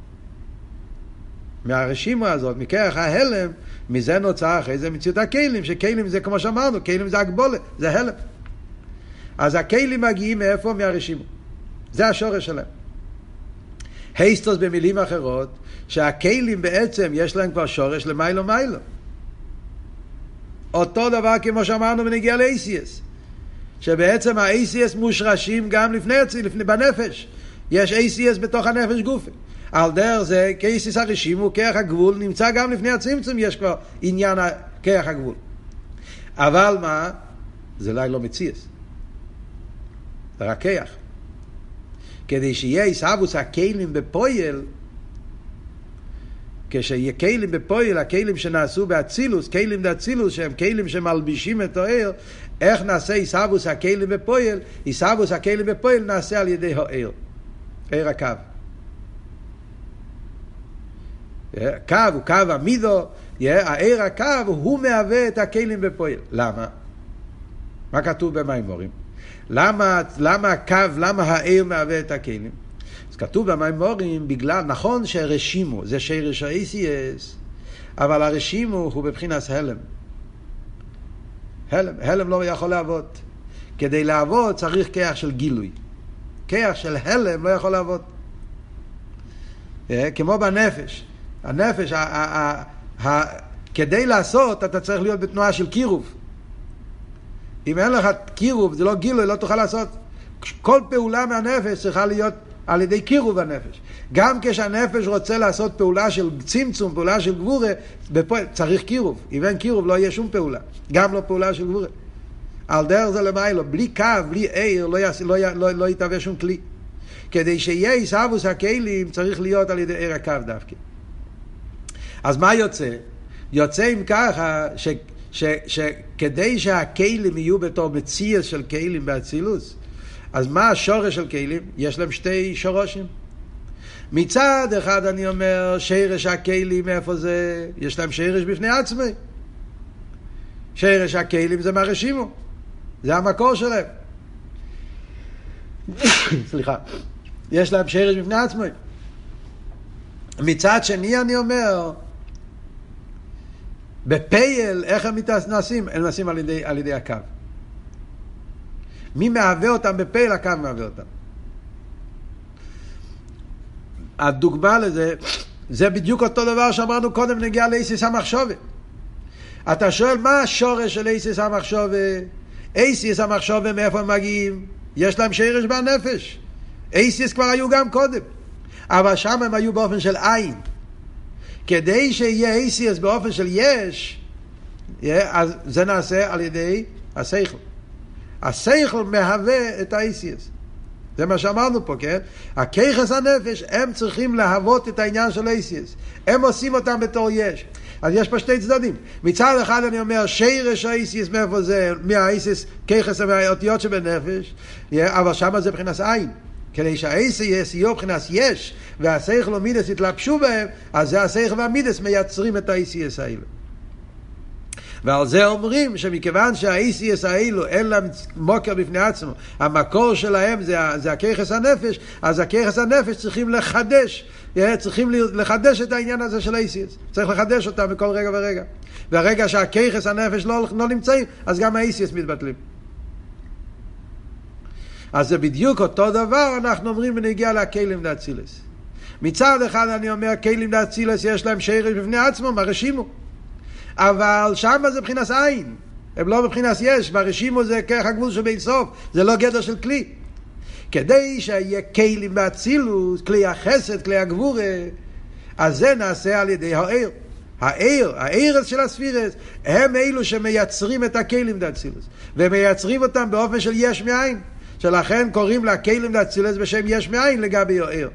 מהרשימו הזאת, מכוח ההלם, מזה נוצר אחרי זה מציאות הכלים, שכלים זה כמו שאמרנו, כלים זה הגבולה, זה הלם. אז הכלים מגיעים מאיפה? מהרשימו. זה השורש שלהם. היסטוס במילים אחרות, שהכלים בעצם יש להם כבר שורש למיילו מיילו. אותו דבר כמו שאמרנו בנגיע ל-איי סי אס. שבעצם ה-איי סי אס מושרשים גם לפני, לפני בנפש. יש איי סי אס בתוך הנפש גופה. על דרך זה, כ-איי סי אס הרשימו, כוח הגבול, נמצא גם לפני הצמצום, יש כבר עניין כוח הגבול. אבל מה? זה לא, לא מציאס. זה רק כוח. כדי שיהיה איסאבוס הכלים בפועל, כשיהיה כלים בפועל, הכלים שנעשו באצילוס, כלים באצילוס שהם כלים שמלבישים את האור, איך נעשה איסאבוס הכלים בפועל? איסאבוס הכלים בפועל נעשה על ידי האור, עיר הקו. קו הוא קו המידו, העיר הקו הוא מהווה את הכלים בפועל. למה? מה כתוב במימורים? למה, למה הקו, למה העיר מהווה את הכלים? אז כתוב במימורים, בגלל, נכון שהרשימו, זה שרש ה-איי סי אס, אבל הרשימו הוא בבחינת הלם. הלם, הלם לא יכול לעבוד. כדי לעבוד צריך כוח של גילוי. כוח של הלם לא יכול לעבוד. כמו בנפש. הנפש, ה, ה, ה, ה, כדי לעשות, אתה צריך להיות בתנועה של קירוב. אם אין לך קירוב, זה לא גילוי, לא תוכל לעשות. כל פעולה מהנפש צריכה להיות על ידי קירוב הנפש. גם כשהנפש רוצה לעשות פעולה של צמצום, פעולה של גבורה, בפועל, צריך קירוב. אם אין קירוב לא יהיה שום פעולה. גם לא פעולה של גבורה. על דרך זה למיילו, בלי קו, בלי עיר, לא, יעש, לא, לא, לא יתהווה שום כלי. כדי שיהיה איסאבוס הכלים, צריך להיות על ידי עיר הקו דווקא. אז מה יוצא? יוצא עם ככה ש... ש, שכדי שהכלים יהיו בתור מציאס של כלים באצילוס, אז מה השורש של כלים? יש להם שתי שורשים. מצד אחד אני אומר, שרש הכלים, איפה זה? יש להם שרש בפני עצמי. שרש הכלים זה מהרשימו. זה המקור שלהם. סליחה. יש להם שרש בפני עצמי. מצד שני אני אומר, בפייל, איך הם נעשים? הם נעשים על ידי, על ידי הקו. מי מהווה אותם בפייל? הקו מהווה אותם. הדוגמה לזה, זה בדיוק אותו דבר שאמרנו קודם נגיע לאיסיס המחשבה. אתה שואל, מה השורש של איסיס המחשבה? איסיס המחשבה, מאיפה הם מגיעים? יש להם שרש בנפש. איסיס כבר היו גם קודם. אבל שם הם היו באופן של עין. כדי שיהיה איסיס באופן של יש, אז זה נעשה על ידי השכל. השכל מהווה את האיסיס. זה מה שאמרנו פה, כן? הכיחס הנפש, הם צריכים להוות את העניין של איסיס. הם עושים אותם בתור יש. אז יש פה שתי צדדים. מצד אחד אני אומר, שרש האיסיס מאיפה זה, מהאיסיס, כיחס מהאותיות שבנפש, אבל שם זה מבחינת עין. כדי שהאיסיאס יהיו מבחינת יש, והשכל ומידס יתלבשו בהם, אז זה השכל והמידס מייצרים את האיסיאס האלו. ועל זה אומרים שמכיוון שהאיסיאס האלו אין להם מוקר בפני עצמו, המקור שלהם זה, זה הכיחס הנפש, אז הכיחס הנפש צריכים לחדש, צריכים לחדש את העניין הזה של האיסיאס. צריך לחדש אותם בכל רגע ורגע. והרגע שהכיחס הנפש לא, לא נמצאים, אז גם האיסיאס מתבטלים. אז זה בדיוק אותו דבר אנחנו אומרים בנגיע לכלים דאצילס. מצד אחד אני אומר, כלים דאצילס יש להם שרש בפני עצמו, מרשימו. אבל שם זה מבחינת עין. הם לא מבחינת יש, מרשימו זה כרך הגבול שבין סוף, זה לא גדר של כלי. כדי שיהיה כלים דאצילוס, כלי החסד, כלי הגבורה, אז זה נעשה על ידי העיר. העיר, העיר של הספירס, הם אלו שמייצרים את הכלים דאצילוס. ומייצרים אותם באופן של יש מאין. שלכן קוראים לה כלים דאצילוס בשם יש מאין לגבי העיר.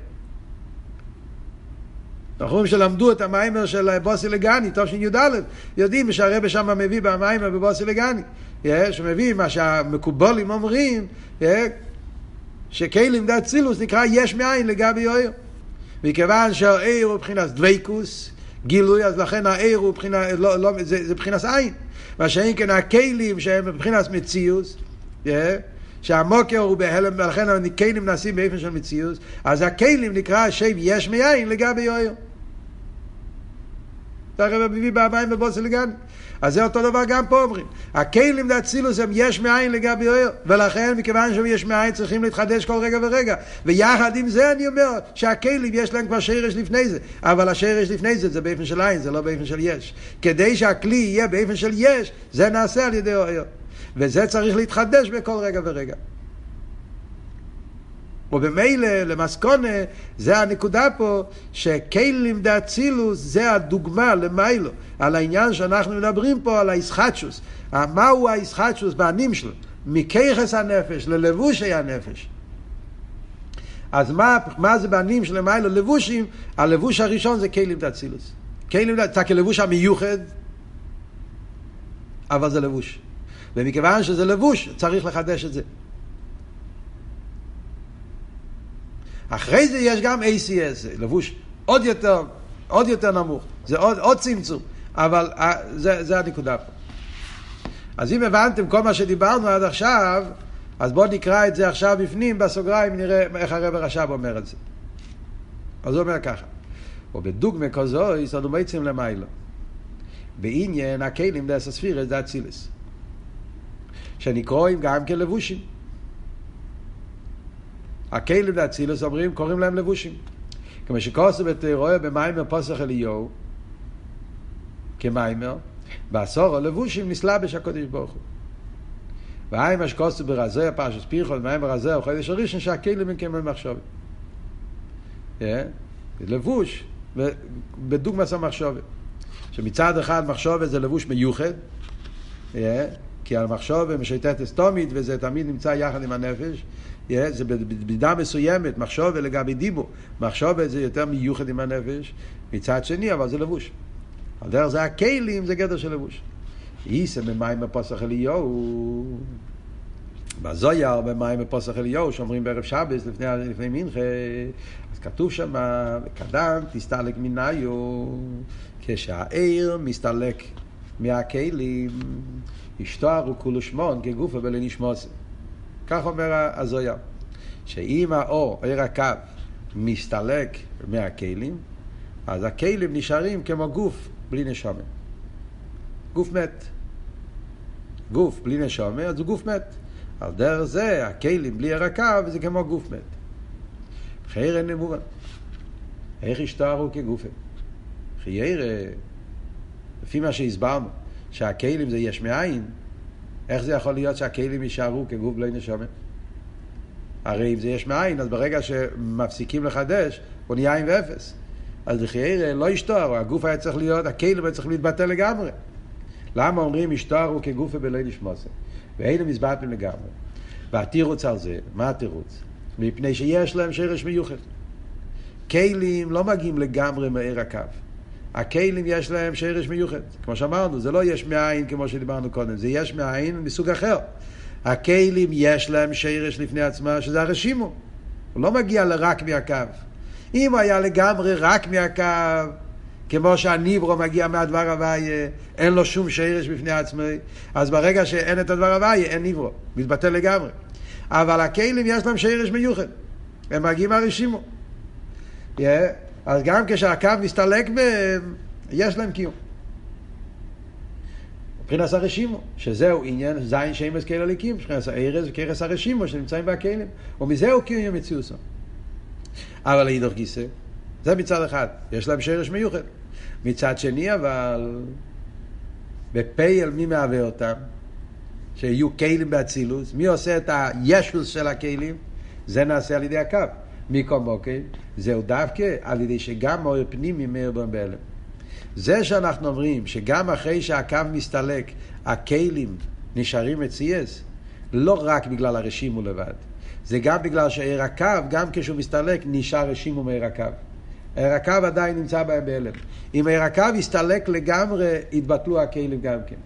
אנחנו שלמדו את המיימר של בוסי לגני, טוב שי"א, יודעים שהרבא שם מביא במיימר בבוסי לגני, שמביא מה שהמקובלים אומרים, שכלים דאצילוס נקרא יש מאין לגבי העיר. מכיוון שהעיר הוא בחינת דוויקוס, גילוי, אז לכן העיר הוא בחינת, לא, לא, זה, זה בחינת עין. מה שאין כן הכלים שהם בחינת מציאוס, שהמוקר הוא בהלם, ולכן הכלים נעשים באופן של מציאוס, אז הכלים נקרא שם יש מאין לגבי העיר. זה הרב מביא במים בבוסי לגני. אז זה אותו דבר גם פה אומרים. הכלים דאצילוס הם יש מאין לגבי העיר, ולכן מכיוון שהם יש מאין צריכים להתחדש כל רגע ורגע. ויחד עם זה אני אומר שהכלים יש להם כבר שרש לפני זה, אבל השרש לפני זה זה באופן של עין, זה לא באופן של יש. כדי שהכלי יהיה באופן של יש, זה נעשה על ידי העיר. וזה צריך להתחדש בכל רגע ורגע. ובמילא למסקונה זה הנקודה פה שכלים דאצילוס זה הדוגמה למיילו על העניין שאנחנו מדברים פה על הישחטשוס. מהו הישחטשוס בענים שלו? מכיחס הנפש ללבושי הנפש. אז מה, מה זה בענים של מיילו לבושים? הלבוש הראשון זה כלים דאצילוס. כלים דאצילוס זה כלבוש המיוחד, אבל זה לבוש. ומכיוון שזה לבוש צריך לחדש את זה. אחרי זה יש גם איי סי אס, לבוש עוד יותר, עוד יותר נמוך. זה עוד, עוד צמצום. אבל זה, זה הנקודה פה. אז אם הבנתם כל מה שדיברנו עד עכשיו, אז בואו נקרא את זה עכשיו בפנים, בסוגריים, נראה איך הרב הרש"ב אומר את זה. אז הוא אומר ככה. ובדוגמה כזו, יסודו מייצים למיילו. בעניין הכלים דאס הספירס דאצילס. שנקרואים גם כלבושים. הכלים דאצילוס אומרים, קוראים להם לבושים. כמו שכוסו בתורה במיימר פוסח אליהו, כמיימר, בעשור לבושים נסלבש הקודש ברוך הוא. והאם השכוסו ברזיה, פרשת פירחו, במיימר רזיה, הוא חודש הראשון שהכלים הם כמו מחשבת. לבוש, בדוגמת המחשבת. שמצד אחד מחשבת זה לבוש מיוחד, כי המחשבת משייטת אסטומית, וזה תמיד נמצא יחד עם הנפש, זה במידה מסוימת, מחשבת לגבי דיבו, מחשבת זה יותר מיוחד עם הנפש, מצד שני, אבל זה לבוש. על דרך זה הכלים, זה גדר של לבוש. איסה במים בפוסח אליהו, בזויר במים בפוסח אליהו, שאומרים בערב שבס לפני, לפני מנחה, אז כתוב שם, וקדם תסתלק מניו, כשהעיר מסתלק מהכלים, ישתוארו כולו שמון כגופה בלנשמוס. כך אומר הזויר, שאם האור, עיר הקו, מסתלק מהכלים, אז הכלים נשארים כמו גוף בלי נשמה. גוף מת. גוף בלי נשמה, אז הוא גוף מת. על דרך זה, הכלים בלי עיר הקו, זה כמו גוף מת. חייר אין מובן. איך ישתוארו כגופה? חייר, לפי מה שהסברנו, שהכלים זה יש מאין, איך זה יכול להיות שהכלים יישארו כגוף בלי נשמה? הרי אם זה יש מאין, אז ברגע שמפסיקים לחדש, הוא נהיה עם ואפס. אז לחייר לא ישתוארו, הגוף היה צריך להיות, הכלים היה צריך להתבטל לגמרי. למה אומרים ישתוארו כגוף בלי נשמוס? ואין הם מסבטים לגמרי. והתירוץ על זה, מה התירוץ? מפני שיש להם שרש מיוחד. כלים לא מגיעים לגמרי מהעיר הקו. הכלים יש להם שרש מיוחד. כמו שאמרנו, זה לא יש מאין כמו שדיברנו קודם, זה יש מאין מסוג אחר. הכלים יש להם שרש לפני עצמה, שזה הרשימו. הוא לא מגיע רק מהקו. אם הוא היה לגמרי רק מהקו, כמו שהניברו מגיע מהדבר הוויה, אין לו שום שרש בפני עצמי, אז ברגע שאין את הדבר הוויה, אין ניברו, מתבטל לגמרי. אבל הכלים יש להם שרש מיוחד, הם מגיעים מהרשימו. Yeah. אז גם כשהקו מסתלק בהם, יש להם קיום. מבחינת הרשימו, שזהו עניין זין שמש כאלה ליקים, מבחינת הארז וכרס הרשימו שנמצאים בכלים, ומזהו קיום מציאוסו. אבל להידוך גיסא, זה מצד אחד, יש להם שרש מיוחד. מצד שני, אבל בפייל מי מהווה אותם? שיהיו כלים באצילוס. מי עושה את הישוס של הכלים? זה נעשה על ידי הקו. מי כמוקי? זהו דווקא על ידי שגם מאור פנימי מאיר בהם בהלם. זה שאנחנו אומרים שגם אחרי שהקו מסתלק, הכלים נשארים מציאס, לא רק בגלל הרשימו לבד. זה גם בגלל שעיר הקו, גם כשהוא מסתלק, נשאר רשימו מעיר הקו. עיר הקו עדיין נמצא בהם בהלם. אם עיר הקו יסתלק לגמרי, יתבטלו הכלים גם כן.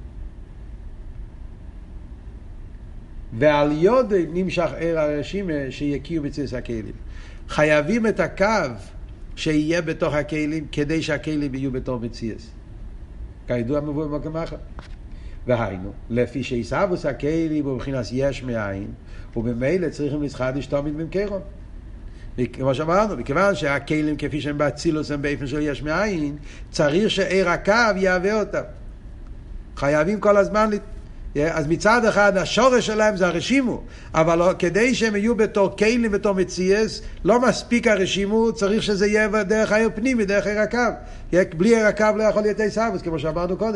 ועל יודי נמשך עיר הרשימה שיקיעו בציאס הכלים. חייבים את הקו שיהיה בתוך הכלים כדי שהכלים יהיו בתוך מציאס. כידוע מבוא במקום אחר. והיינו, לפי שיסבוס הכלים ובבחינת יש מאין, ובמילא צריכים לסחדש תמיד במקרון. כמו שאמרנו, מכיוון שהכלים כפי שהם באצילוס הם באופן של יש מאין, צריך שעיר הקו יהווה אותם. חייבים כל הזמן לת... אז מצד אחד השורש שלהם זה הרשימו, אבל לא, כדי שהם יהיו בתור כלים בתור מציאס, לא מספיק הרשימו, צריך שזה יהיה דרך העיר פנימי, דרך עיר הקו. בלי עיר הקו לא יכול להיות איסאבוס, כמו שאמרנו קודם.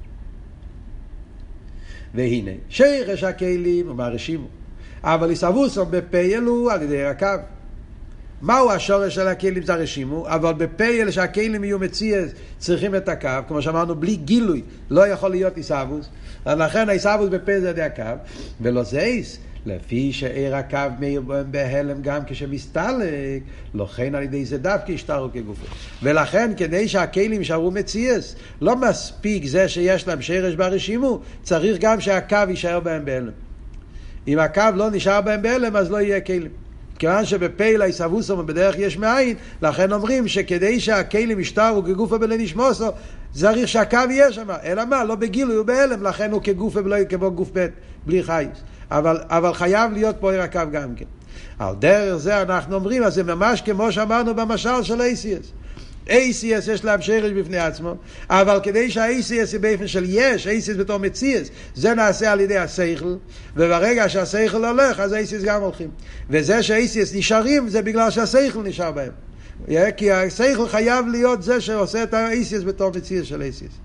והנה, שרש הכלים הוא מהרשימו, אבל איסאבוסו בפייל הוא על ידי עיר הקו. מהו השורש של הכלים? זה הרשימו, אבל בפייל שהכלים יהיו מציאס צריכים את הקו, כמו שאמרנו, בלי גילוי לא יכול להיות איסאבוס. לכן האיסאבוס בפייל זה ידי הקו, ולא זה איס, לפי שעיר הקו מאיר בהם בהלם גם כשמסתלק, לכן על ידי זה דווקא ישתרו כגופו. ולכן כדי שהכלים יישארו מציאס, לא מספיק זה שיש להם שרש ברשימו, צריך גם שהקו יישאר בהם בהלם. אם הקו לא נשאר בהם בהלם, אז לא יהיה כלים. כיוון שבפייל היסבוסו בדרך יש מאין, לכן אומרים שכדי שהכלים ישתרו כגופה בלנשמוסו, צריך שהקו יהיה שם. אלא מה? לא בגילוי, הוא בהלם, לכן הוא כגופה ולא כמו גוף בית, בלי חייס. אבל, אבל חייב להיות פה עיר הקו גם כן. על דרך זה אנחנו אומרים, אז זה ממש כמו שאמרנו במשל של איי סי אס. איי סי אס יש להם שרש בפני עצמו, אבל כדי שה-איי סי אס היא באופן של יש, איי סי אס בתור מציאס, זה נעשה על ידי השכל, וברגע שהשכל הולך, אז איי סי אס גם הולכים. וזה שה-איי סי אס נשארים, זה בגלל שהשכל נשאר בהם. כי השכל חייב להיות זה שעושה את ה-איי סי אס בתור מציאס של איי סי אס.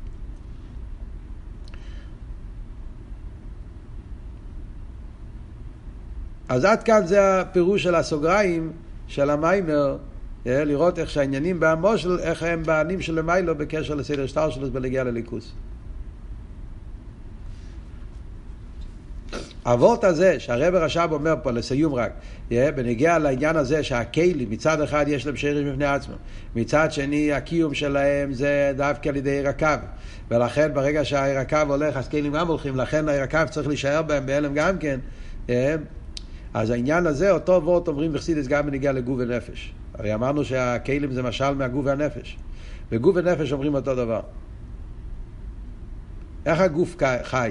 אז עד כאן זה הפירוש של הסוגריים של המיימר, לראות איך שהעניינים בהמושל, איך הם בענים של למיילו בקשר לסדר שטר שלו בלגיע לליכוס. אבות הזה שהרב הרש"ב אומר פה לסיום רק, בנגיע לעניין הזה שהכלים מצד אחד יש להם שרש בפני עצמם, מצד שני הקיום שלהם זה דווקא על ידי עיר הקו, ולכן ברגע שהעיר הקו הולך אז כלים גם הולכים, לכן העיר הקו צריך להישאר בהם בהלם גם כן. אז העניין הזה אותו וורט אומרים בחסידות גם בנגיע לגוף ונפש. הרי אמרנו שהכלים זה משל מהגוף והנפש. בגוף ונפש אומרים אותו דבר. איך הגוף חי?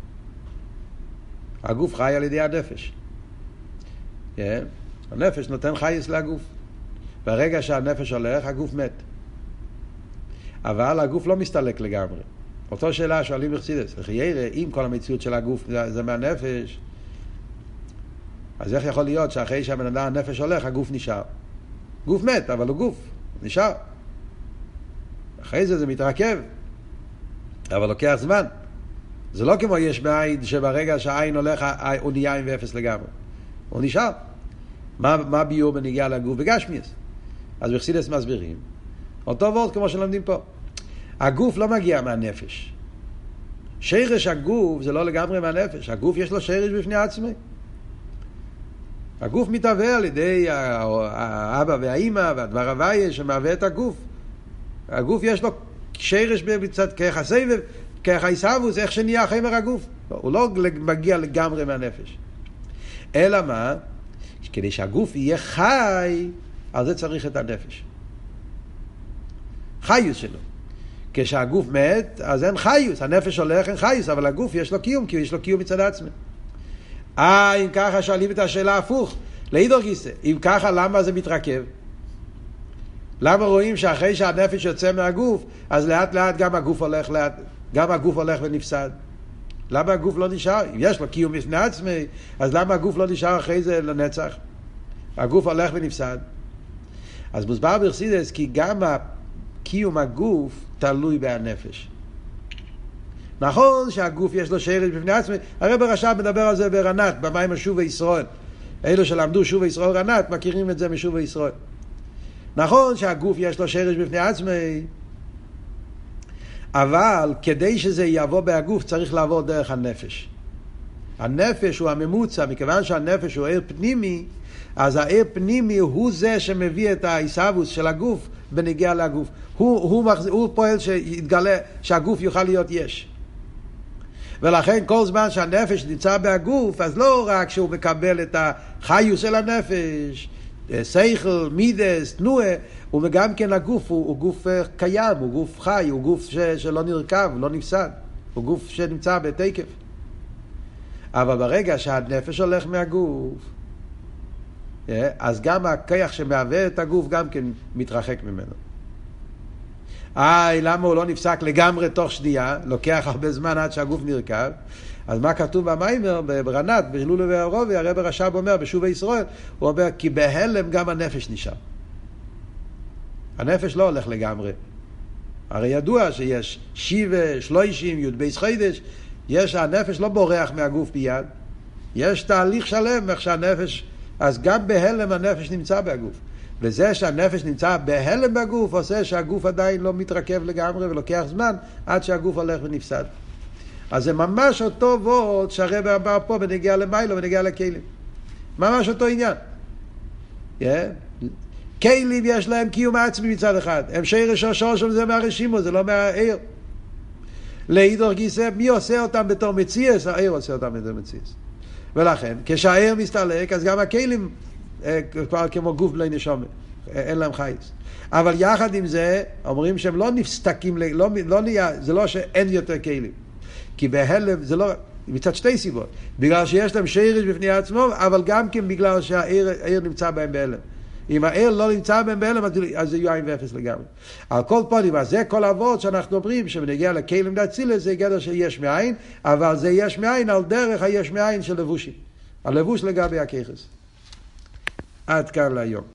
הגוף חי על ידי הנפש. Yeah. הנפש נותן חייס לגוף. ברגע שהנפש הולך, הגוף מת. אבל הגוף לא מסתלק לגמרי. אותו שאלה שואלים בחסידות. אם כל המציאות של הגוף זה מהנפש, אז איך יכול להיות שאחרי שהבן אדם הנפש הולך, הגוף נשאר? גוף מת, אבל הוא גוף, הוא נשאר. אחרי זה זה מתרכב, אבל לוקח זמן. זה לא כמו יש מאין שברגע שהעין הולך, הוא נהיה עם ואפס לגמרי. הוא נשאר. מה, מה ביור בנגיעה לגוף בגשמיאס? אז בחסידות מסבירים. אותו וורט כמו שלומדים פה. הגוף לא מגיע מהנפש. שרש הגוף זה לא לגמרי מהנפש. הגוף יש לו שרש בפני עצמי. הגוף מתהווה על ידי האבא והאימא והדבר הוויה שמהווה את הגוף. הגוף יש לו שרש בצד כיחסי וכיחסבוס, איך שנהיה חמר הגוף. הוא לא מגיע לגמרי מהנפש. אלא מה? כדי שהגוף יהיה חי, על זה צריך את הנפש. חיוס שלו. כשהגוף מת, אז אין חיוס, הנפש הולך, אין חיוס, אבל הגוף יש לו קיום, כי יש לו קיום מצד עצמי. אה, אם ככה שואלים את השאלה הפוך, להידור גיסא, אם ככה למה זה מתרכב? למה רואים שאחרי שהנפש יוצא מהגוף, אז לאט לאט גם הגוף הולך לאט, גם הגוף הולך ונפסד? למה הגוף לא נשאר? אם יש לו קיום בפני עצמי, אז למה הגוף לא נשאר אחרי זה לנצח? הגוף הולך ונפסד. אז מוסבר בחסידות, כי גם קיום הגוף תלוי בהנפש. נכון שהגוף יש לו שרש בפני עצמי, הרב הרש"ב מדבר על זה ברנת, במים שובו ישראל. אלו שלמדו שובו ישראל רנת, מכירים את זה משובו ישראל. נכון שהגוף יש לו שרש בפני עצמי, אבל כדי שזה יבוא בהגוף צריך לעבור דרך הנפש. הנפש הוא הממוצע, מכיוון שהנפש הוא עיר פנימי, אז העיר פנימי הוא זה שמביא את ההיסבוס של הגוף בנגיע לגוף. הוא, הוא, מחז... הוא פועל שיתגלה, שהגוף יוכל להיות יש. ולכן כל זמן שהנפש נמצא בהגוף, אז לא רק שהוא מקבל את החיוס של הנפש, שכל, מידס, תנועה, וגם כן הגוף הוא, הוא גוף קיים, הוא גוף חי, הוא גוף ש, שלא נרכב, לא נפסד, הוא גוף שנמצא בתקף. אבל ברגע שהנפש הולך מהגוף, אז גם הכיח שמהווה את הגוף גם כן מתרחק ממנו. איי, למה הוא לא נפסק לגמרי תוך שנייה? לוקח הרבה זמן עד שהגוף נרכב. אז מה כתוב במיימר, ברנת, בלולו והרובי, הרב הרש"ב אומר, בשובו ישראל, הוא אומר, כי בהלם גם הנפש נשאר. הנפש לא הולך לגמרי. הרי ידוע שיש שיבה, שלושים, י' בייס חודש, יש, הנפש לא בורח מהגוף ביד. יש תהליך שלם, איך שהנפש, אז גם בהלם הנפש נמצא בגוף. וזה שהנפש נמצא בהלם בגוף, עושה שהגוף עדיין לא מתרכב לגמרי, ולוקח זמן עד שהגוף הולך ונפסד. אז זה ממש אותו וורט שהרב אמר פה בנגיע למיילו, בנגיע לכלים. ממש אותו עניין. Yeah. כלים יש להם קיום עצמי מצד אחד. הם שרש השורש זה מהרשימו, זה לא מהעיר. להידור גיסא, מי עושה אותם בתור מציאס? העיר עושה אותם בתור מציאס. ולכן, כשהעיר מסתלק, אז גם הכלים כבר כמו גוף בלי נשמה, אין להם חייס. אבל יחד עם זה, אומרים שהם לא נפסתקים, לא, לא נהיה, זה לא שאין יותר כלים. כי בהלם זה לא, מצד שתי סיבות. בגלל שיש להם שרש בפני עצמו, אבל גם כן בגלל שהעיר נמצא בהם בהלם. אם העיר לא נמצא בהם בהלם, אז זה יהיו עין ואפס לגמרי. על כל פנים, אז זה כל אבות שאנחנו אומרים, שבנגיע לכלים דאצילה, זה גדר של יש מאין, אבל זה יש מאין על דרך היש מאין של לבושים. הלבוש לגבי הכיחס. עד כאן להיום.